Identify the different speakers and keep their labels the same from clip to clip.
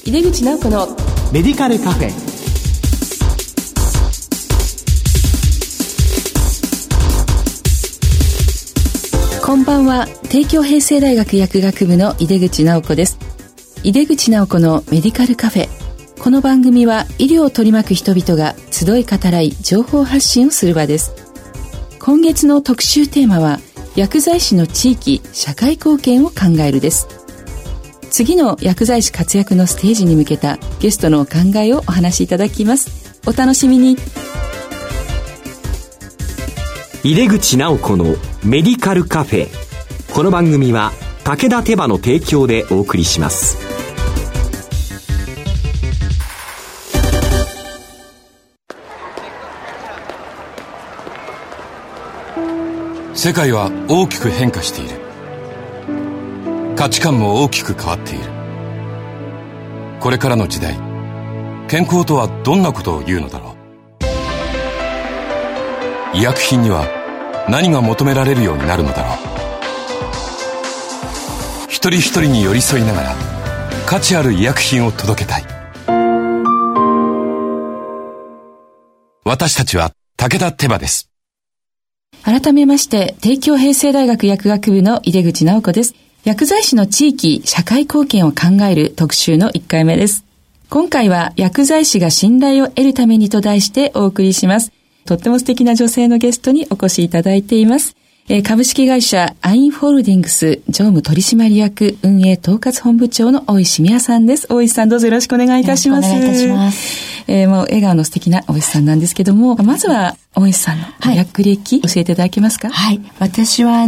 Speaker 1: 井出口直子の
Speaker 2: メディカルカフェ。
Speaker 1: こんばんは。帝京平成大学薬学部の井出口直子です。井出口直子のメディカルカフェ。この番組は医療を取り巻く人々が集い語らい情報発信をする場です。今月の特集テーマは薬剤師の地域社会貢献を考えるです。次の薬剤師活躍のステージに向けたゲストのお考えをお話しいただきます。お楽しみに。
Speaker 3: 井出口直子のメディカルカフェ。この番組は武田手羽の提供でお送りします。
Speaker 4: 世界は大きく変化している。価値観も大きく変わっている。これからの時代、健康とはどんなことを言うのだろう。医薬品には何が求められるようになるのだろう。一人一人に寄り添いながら価値ある医薬品を届けたい。私たちは武田手羽です。
Speaker 1: 改めまして帝京平成大学薬学部の井出口直子です。薬剤師の地域社会貢献を考える特集の1回目です。今回は薬剤師が信頼を得るためにと題してお送りします。とっても素敵な女性のゲストにお越しいただいています。株式会社アインホールディングス常務取締役運営統括本部長の大石美也さんです。大石さん、どうぞよろしくお願いいたします。
Speaker 5: よろしくお願いいたします。
Speaker 1: もう笑顔の素敵な大石さんなんですけども、まずは大石さんの薬歴、教えていただけますか？
Speaker 5: はい。私は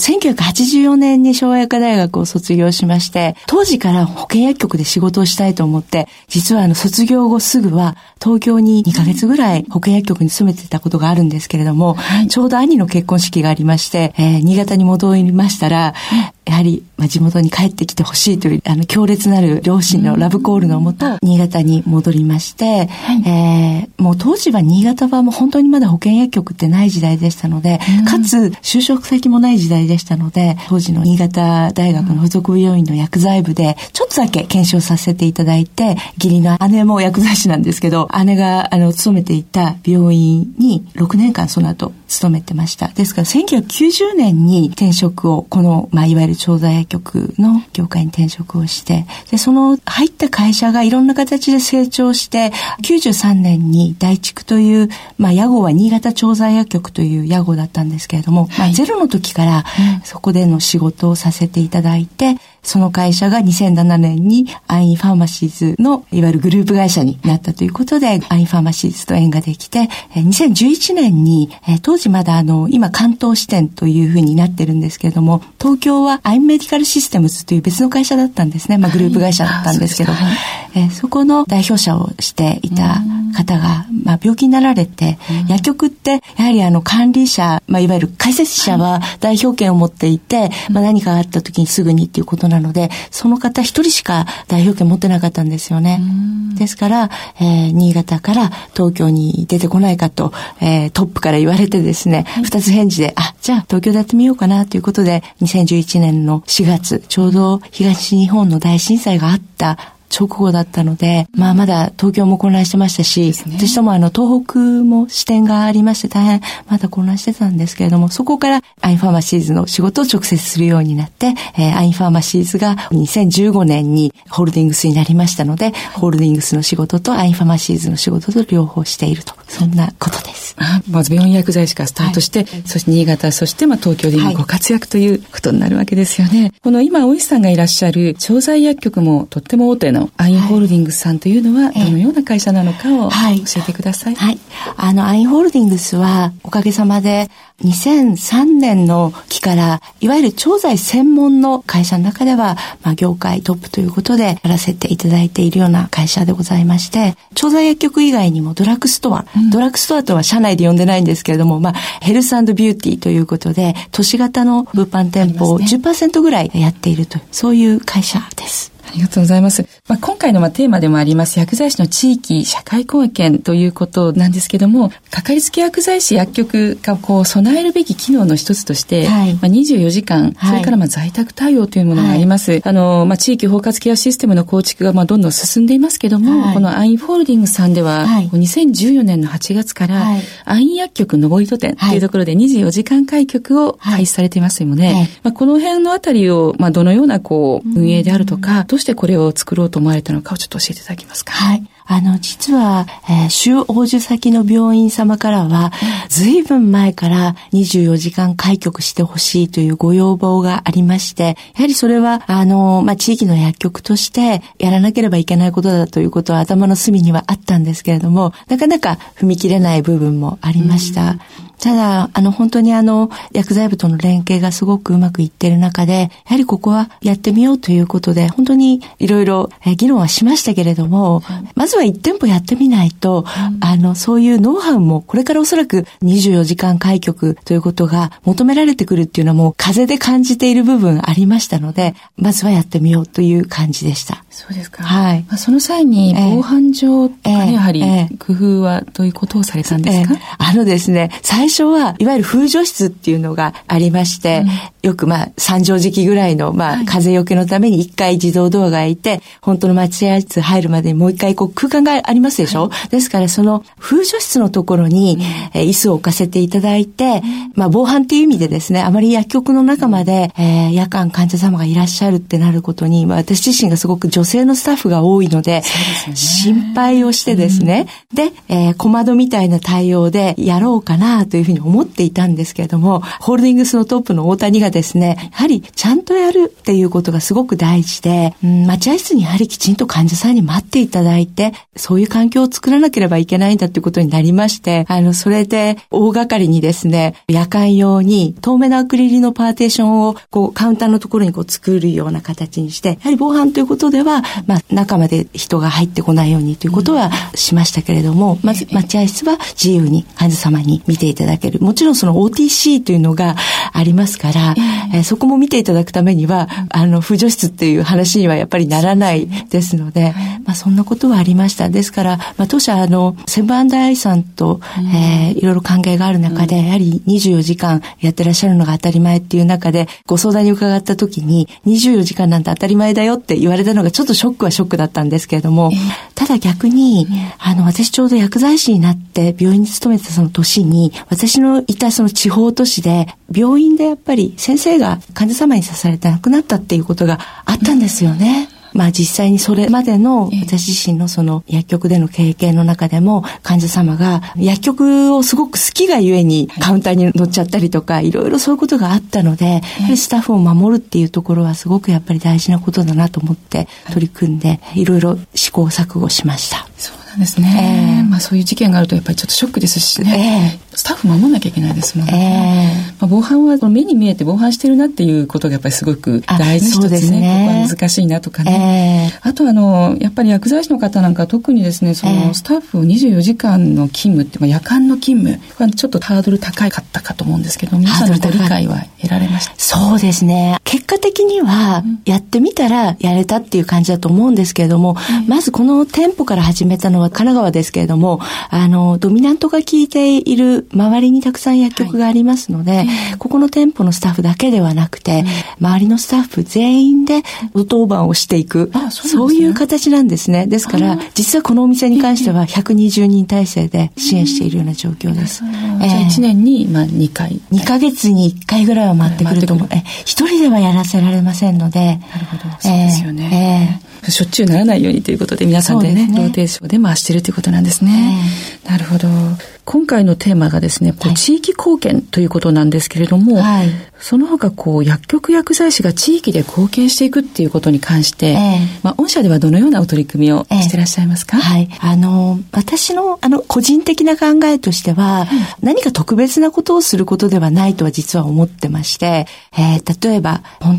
Speaker 5: 1984年に昭和薬科大学を卒業しまして、当時から保健薬局で仕事をしたいと思って、実は卒業後すぐは東京に2ヶ月ぐらい保健薬局に勤めてたことがあるんですけれども、ちょうど兄の結婚式がありまして、新潟に戻りましたら、やはり地元に帰ってきてほしいという強烈なる両親のラブコールのもと、新潟に戻りまして、もう当時は新潟はもう本当にまだ保健薬局ってない時代でしたので、かつ就職先もない時代でしたので、当時の新潟大学の附属病院の薬剤部でちょっとだけ検証させていただいて、義理の姉も薬剤師なんですけど、姉が勤めていた病院に6年間その後勤めてました。ですから1990年に転職をこのいわゆる調剤薬局の業界に転職をして、でその入った会社がいろんな形で成長して、93年に大畜という、屋号は新潟調剤薬局という屋号だったんですけれども、ゼロの時からそこでの仕事をさせていただいて、その会社が2007年にアインファーマシーズのいわゆるグループ会社になったということで、アインファーマシーズと縁ができて、2011年に当時まだ今関東支店というふうになってるんですけれども、東京はアインメディカルシステムズという別の会社だったんですね。グループ会社だったんですけど、そこの代表者をしていた方が病気になられて、薬局ってやはり管理者、いわゆる解説者は代表権を持っていて、何かがあった時にすぐにっていうことなので、その方一人しか代表権持ってなかったんですよね。ですから、新潟から東京に出てこないかと、トップから言われてですね、二つ返事で、じゃあ東京でやってみようかなということで、2011年の4月、ちょうど東日本の大震災があった直後だったので、まだ東京も混乱してましたし、私ども東北も支店がありまして大変まだ混乱してたんですけれども、そこからアインファーマシーズの仕事を直接するようになって、アインファーマシーズが2015年にホールディングスになりましたので、ホールディングスの仕事とアインファーマシーズの仕事と両方していると、そんなことです。
Speaker 1: まず病院薬剤師からスタートして、そして新潟、そして東京で今ご活躍ということになるわけですよね。この今大石さんがいらっしゃる調剤薬局もとっても大手のアインホールディングスさんというのはどのような会社なのかを教えてください。
Speaker 5: アインホールディングスはおかげさまで2003年の期からいわゆる調剤専門の会社の中では、業界トップということでやらせていただいているような会社でございまして、調剤薬局以外にもドラッグストア、ドラッグストアとは社内で呼んでないんですけれども、ヘルス&ビューティーということで都市型の物販店舗を 10% ぐらいやっているという、そういう会社です。
Speaker 1: ありがとうございます。今回のテーマでもあります薬剤師の地域社会貢献ということなんですけども、かかりつけ薬剤師薬局が備えるべき機能の一つとして、24時間、それから在宅対応というものがあります。地域包括ケアシステムの構築がどんどん進んでいますけども、このアインフォールディングスさんでは、2014年の8月から、アイン薬局上糸店というところで24時間開局を開始されていますよね。この辺のあたりを、どのような運営であるとか、どうしてこれを作ろうと思われたのかをちょっと教えていただけますか。
Speaker 5: はい。実は、主応受先の病院様からは、ずいぶん前から24時間開局してほしいというご要望がありまして、やはりそれは、地域の薬局としてやらなければいけないことだということは頭の隅にはあったんですけれども、なかなか踏み切れない部分もありました。ただ、本当に薬剤部との連携がすごくうまくいっている中で、やはりここはやってみようということで、本当にいろいろ議論はしましたけれども、まずは1店舗やってみないと、そういうノウハウもこれからおそらく24時間開局ということが求められてくるっていうのはもう風で感じている部分ありましたので、まずはやってみようという感じでした。
Speaker 1: そうですか。
Speaker 5: はい。
Speaker 1: その際に防犯上とかね、やはり工夫はどういうことをされたんですか？
Speaker 5: ですね、最初はいわゆる風除室っていうのがありまして、よく3畳敷ぐらいの風よけのために1回自動ドアが開いて、本当の待合室入るまでにもう1回空間がありますでしょ？ですからその風除室のところに椅子を置かせていただいて、防犯っていう意味でですね、あまり薬局の中まで夜間患者様がいらっしゃるってなることに、私自身がすごく女性のスタッフが多いので、心配をしてですね、で、小窓みたいな対応でやろうかなというふうに思っていたんですけれども、ホールディングスのトップの大谷がですね、やはりちゃんとやるっていうことがすごく大事で、待合室にやはりきちんと患者さんに待っていただいて、そういう環境を作らなければいけないんだということになりまして、それで大掛かりにですね、夜間用に透明なアクリルのパーテーションをカウンターのところに作るような形にして、やはり防犯ということでは、中まで人が入ってこないようにということはしましたけれども、まず待合室は自由に患者様に見ていただける。もちろんその OTC というのがありますから、そこも見ていただくためには、風除室っていう話にはやっぱりならないですので、そんなことはありました。ですから、当社セブン&アイさんと、いろいろ関係がある中で、やはり24時間やってらっしゃるのが当たり前っていう中で、ご相談に伺った時に、24時間なんて当たり前だよって言われたのがちょっとショックだったんですけれども、ただ逆に、私ちょうど薬剤師になって病院に勤めてたその年に、私のいたその地方都市で、病院でやっぱり先生が患者様に刺されて亡くなったっていうことがあったんですよね。実際にそれまでの私自身のその薬局での経験の中でも、患者様が薬局をすごく好きがゆえにカウンターに乗っちゃったりとか、いろいろそういうことがあったので、やはりスタッフを守るっていうところはすごくやっぱり大事なことだなと思って取り組んで、いろいろ試行錯誤しました。
Speaker 1: そうなんですね。そういう事件があるとやっぱりちょっとショックですしね。スタッフ守んなきゃいけないですもんね。防犯は目に見えて防犯してるなっていうことがやっぱりすごく大事な一つね。ここは難しいなとかね。あとやっぱり薬剤師の方なんか特にですね、そのスタッフを24時間の勤務って、夜間の勤務はちょっとハードル高かったかと思うんですけど、皆さんのご理解は得られました？
Speaker 5: そうですね。結果的にはやってみたらやれたっていう感じだと思うんですけれども、まずこの店舗から始めたのは神奈川ですけれども、ドミナントが効いている周りにたくさん薬局がありますので、ここの店舗のスタッフだけではなくて、周りのスタッフ全員でご当番をしていく、そういう形なんですね。ですから実はこのお店に関しては120人体制で支援しているような状況です。
Speaker 1: じゃあ1年に2回、
Speaker 5: 2ヶ月に1回ぐらいは回ってくると思う。一人ではやらせられませんので。
Speaker 1: なるほど、そうですよね。しょっちゅうならないようにということで皆さんでね、ローテーションで回しているということなんですね。なるほど。今回のテーマがですね、地域貢献ということなんですけれども、その他薬局薬剤師が地域で貢献していくっていうことに関して、御社ではどのようなお取り組みをしていらっしゃいますか？
Speaker 5: 私の個人的な考えとしては、何か特別なことをすることではないとは実は思ってまして、例えば本当に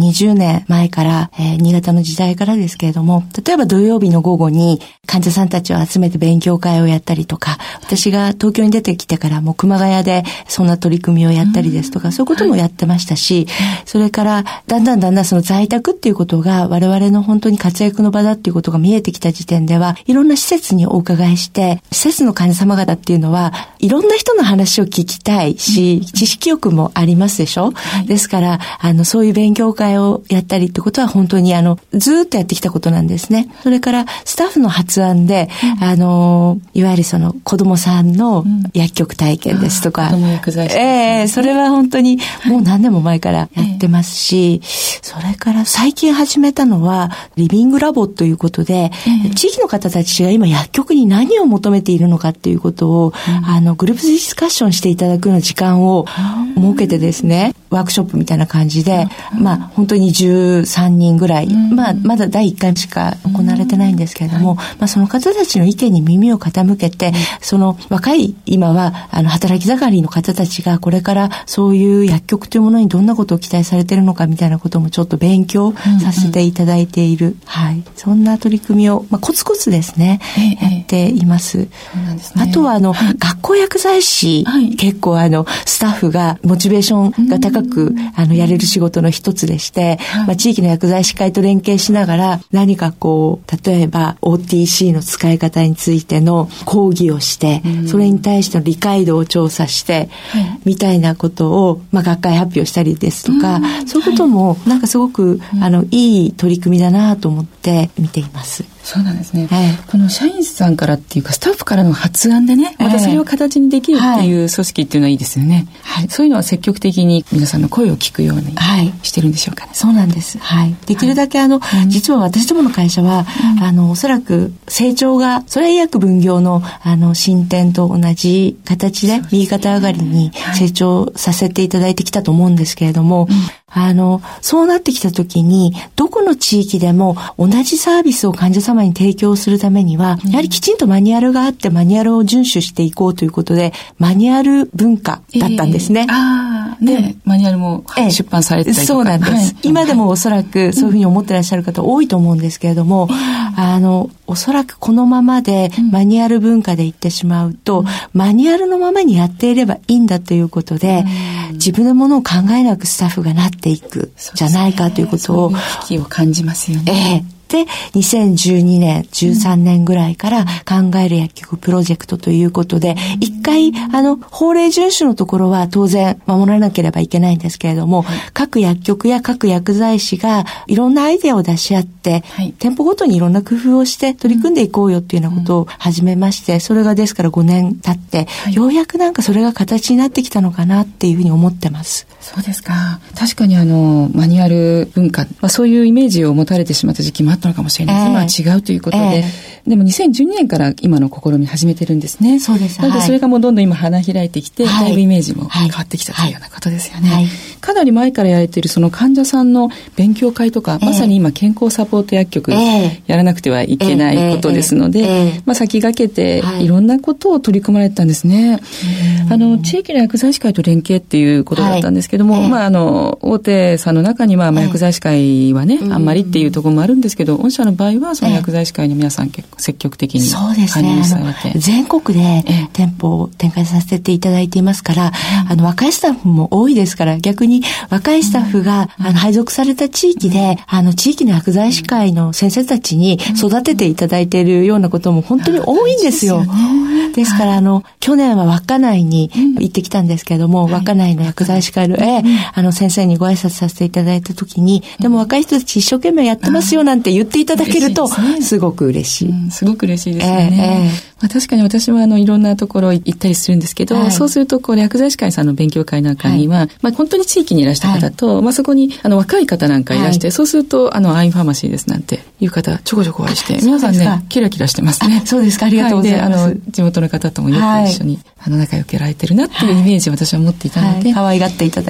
Speaker 5: 20年前から、新潟の時代からですけれども、例えば土曜日の午後に患者さんたちを集めて勉強会をやったりとか、私が東京に出てきてからもう熊谷でそんな取り組みをやったりですとか、そういうこともやってましたし、それからだんだんその在宅っていうことが我々の本当に活躍の場だっていうことが見えてきた時点では、いろんな施設にお伺いして、施設の患者様方っていうのはいろんな人の話を聞きたいし、知識欲もありますでしょ、ですからそういう勉強会をやったりってことは本当にずっとやってきたことなんですね。それからスタッフの発案で、いわゆるその子供さんの薬局体験ですとか、
Speaker 1: 子供薬剤師、
Speaker 5: それは本当にもう何年も前からやってますし、それから最近始めたのはリビングラボということで、地域の方たちが今薬局に何を求めているのかっていうことを、グループディスカッションしていただくような時間を設けてですね、ワークショップみたいな感じで、本当に13人ぐらい、まだ第1回しか行われてないんですけれども、その方たちの意見に耳を傾けて、その若い今は働き盛りの方たちがこれからそういう薬局というものにどんなことを期待されているのかみたいなこともちょっと勉強させていただいている、そんな取り組みを、コツコツですね、やっています。
Speaker 1: そうなんですね。
Speaker 5: あとは学校薬剤師、結構スタッフがモチベーションが高くやれる仕事の一つでして、地域の薬剤師会と連携しながら何か例えば OTC の使い方についての講義をして、それに対しての理解度を調査して、みたいなことを、学会発表したりですとか、そういうこともなんかすごくいい取り組みだなと思って見ています。
Speaker 1: そうなんですね、この社員さんからっていうかスタッフからの発案でね、またそれを形にできるっていう組織っていうのはいいですよね、そういうのは積極的に皆さんの声を聞くようにしてるんでしょうかね。
Speaker 5: そうなんです、できるだけ実は私どもの会社は、おそらく成長がそれは医薬分業の進展と同じ形で右肩上がりに成長させていただいてきたと思うんですけれども、そうなってきた時にどこの地域でも同じサービスを患者様に提供するためには、やはりきちんとマニュアルがあってマニュアルを遵守していこうということで、マニュアル文化だったんですね。
Speaker 1: マニュアルも出版されてたりとか。
Speaker 5: そうなんです、今でもおそらくそういうふうに思ってらっしゃる方多いと思うんですけれども、おそらくこのままでマニュアル文化でいってしまうと、マニュアルのままにやっていればいいんだということで、自分のものを考えなくスタッフがなっていくじゃないかということを、
Speaker 1: そういう危機を感じますよね。
Speaker 5: で、2012年、13年ぐらいから考える薬局プロジェクトということで、一回、法令遵守のところは当然守らなければいけないんですけれども、各薬局や各薬剤師がいろんなアイデアを出し合って、店舗ごとにいろんな工夫をして取り組んでいこうよっていうようなことを始めまして、それがですから5年経って、ようやくなんかそれが形になってきたのかなっていうふうに思ってます。
Speaker 1: そうですか。確かにマニュアル文化、そういうイメージを持たれてしまった時期もあったのかもしれないです。今は違うということで、でも2012年から今の試み始めてるんですね。
Speaker 5: そうです。
Speaker 1: なのでそれがもうどんどん今花開いてきて、だいぶイメージも変わってきたというようなことですよね。かなり前からやられているその患者さんの勉強会とか、まさに今健康サポート薬局やらなくてはいけないことですので、先駆けていろんなことを取り組まれてたんですね。地域の薬剤師会と連携っていうことだったんですけども、大手さんの中には薬剤師会はね、あんまりっていうところもあるんですけど、御社の場合はその薬剤師会の皆さん結構積極的に加入されて、
Speaker 5: 全国で店舗を展開させていただいていますから、若いスタッフも多いですから、逆に若いスタッフが配属された地域で地域の薬剤師会の先生たちに育てていただいているようなことも本当に多いんですよ。ですから去年は稚内に行ってきたんですけれども、稚内の薬剤師会の先生にご挨拶させていただいたときに、でも若い人たち一生懸命やってますよなんて言っていただけるとすごく嬉しい。
Speaker 1: すごく嬉しいですよね。確かに私もいろんなところ行ったりするんですけど、そうすると薬剤師会さんの勉強会なんかには、本当に地域にいらした方と、そこに若い方なんかいらして、そうするとアインファーマシーですなんていう方ちょこちょこお会いして、皆さんねキラキラしてますね。
Speaker 5: そうですか、ありがとうございます。
Speaker 1: 地元の方ともよく一緒に仲良くやられてるなっていうイメージを私は持っていたので、
Speaker 5: 可愛がっていただ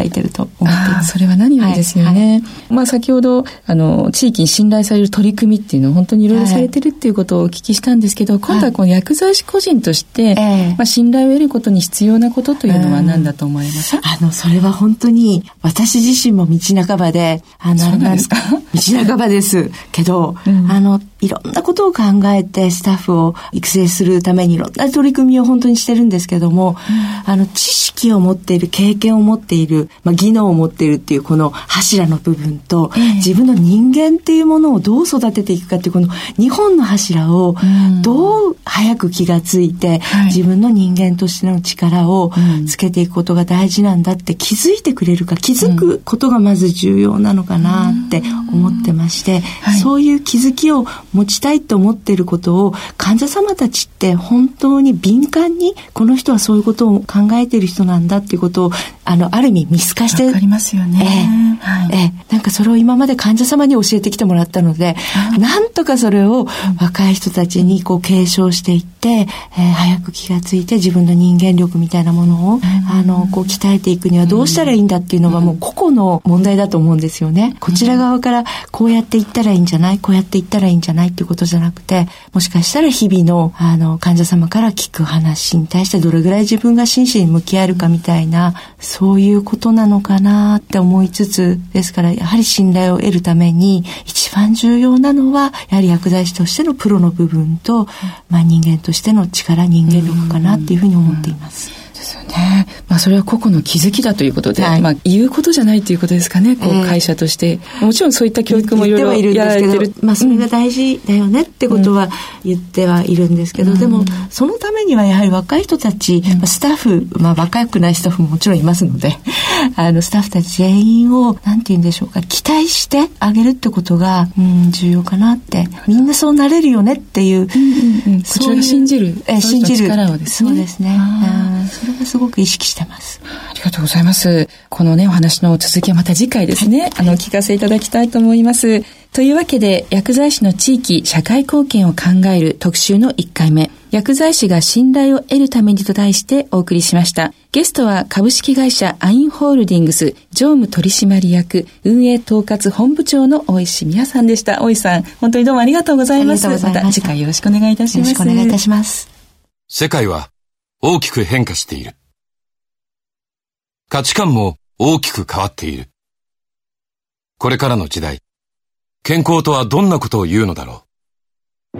Speaker 5: いていると思っています。
Speaker 1: それは何よりですよね。先ほど地域に信頼される取り組みっていうのを本当にいろいろされてるっていうことをお聞きしたんですけど、今度はこの薬剤師個人として、信頼を得ることに必要なことというのは何だと思います？
Speaker 5: それは本当に私自身も道半ばで、
Speaker 1: そうなんですか？
Speaker 5: 道半ばですけど、いろんなことを考えてスタッフを育成するためにいろんな取り組みを本当にしてるんですけども、知識を持っている、経験を持っている、技能を持っているっていうこの柱の部分と、自分の人間っていうものをどう育てていくかっていうこの2本の柱をどう早く気がついて、自分の人間としての力をつけていくことが大事なんだって気づいてくれるか、気づくことがまず重要なのかなって思ってまして、そういう気づきを持ちたいと思っていることを患者様たちって本当に敏感にこの人はそういうことを考えている人なんだっていうことをある意味見透かして、
Speaker 1: わかりますよね。
Speaker 5: なんかそれを今まで患者様に教えてきてもらったので、なんとかそれを若い人たちに継承していって、早く気がついて自分の人間力みたいなものを鍛えていくにはどうしたらいいんだっていうのはもう個々の問題だと思うんですよね。こちら側からこうやっていったらいいんじゃない、こうやっていったらいいんじゃないっていうことじゃなくて、もしかしたら日々の患者様から聞く話に対してどれぐらい自分が真摯に向き合えるかみたいな、そういうことなのかなって思いつつ、ですからやはり信頼を得るために一番重要なのはやはり薬剤師としてのプロの部分と、人間としての力、人間力かなっていうふうに思っています。
Speaker 1: ですよね。それは個々の気づきだということで、言うことじゃないということですかね。会社としてもちろんそういった教育もいろいろやられてる。
Speaker 5: それが大事だよねってことは言ってはいるんですけど、でもそのためにはやはり若い人たち、スタッフ、若くないスタッフももちろんいますので、スタッフたち全員をなんて言うんでしょうか、期待してあげるってことが重要かなって、みんなそうなれるよねっていう、
Speaker 1: こちらが信じる力をですね。
Speaker 5: そうですね。それがすごく意識してます。
Speaker 1: ありがとうございます。このお話の続きはまた次回ですね、聞かせいただきたいと思います。というわけで、薬剤師の地域社会貢献を考える特集の1回目、薬剤師が信頼を得るためにと題してお送りしました。ゲストは株式会社アインホールディングス常務取締役運営統括本部長の大石美也さんでした。大石さん、本当にどうもありがとうございます。また次回よろしくお願いいたします。
Speaker 5: よろしくお願いいたします。
Speaker 4: 世界は大きく変化している。価値観も大きく変わっている。これからの時代、健康とはどんなことを言うのだろう。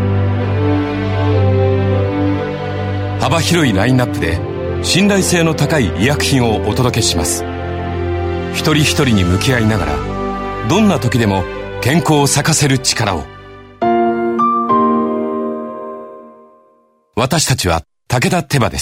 Speaker 4: 幅広いラインナップで信頼性の高い医薬品をお届けします。一人一人に向き合いながら、どんな時でも健康を咲かせる力を。私たちは武田手羽です。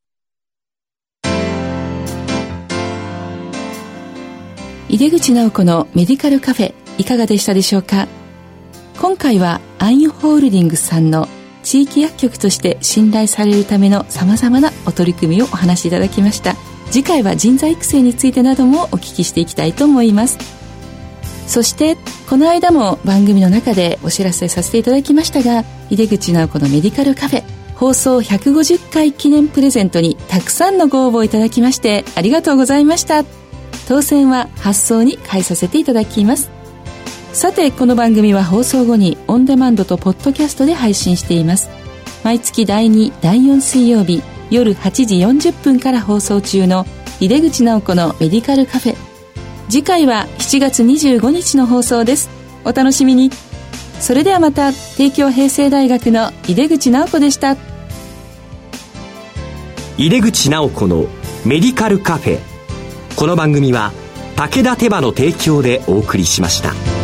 Speaker 1: 井出口直子のメディカルカフェ、いかがでしたでしょうか？今回はアインホールディングスさんの地域薬局として信頼されるための様々なお取り組みをお話しいただきました。次回は人材育成についてなどもお聞きしていきたいと思います。そしてこの間も番組の中でお知らせさせていただきましたが、井出口直子のメディカルカフェ放送150回記念プレゼントにたくさんのご応募いただきましてありがとうございました。当選は発送に返させていただきます。さて、この番組は放送後にオンデマンドとポッドキャストで配信しています。毎月第2、第4水曜日夜8時40分から放送中の井出口直子のメディカルカフェ。次回は7月25日の放送です。お楽しみに。それではまた。帝京平成大学の井出口直子でした。
Speaker 3: 井出口直子のメディカルカフェ。この番組は武田手羽の提供でお送りしました。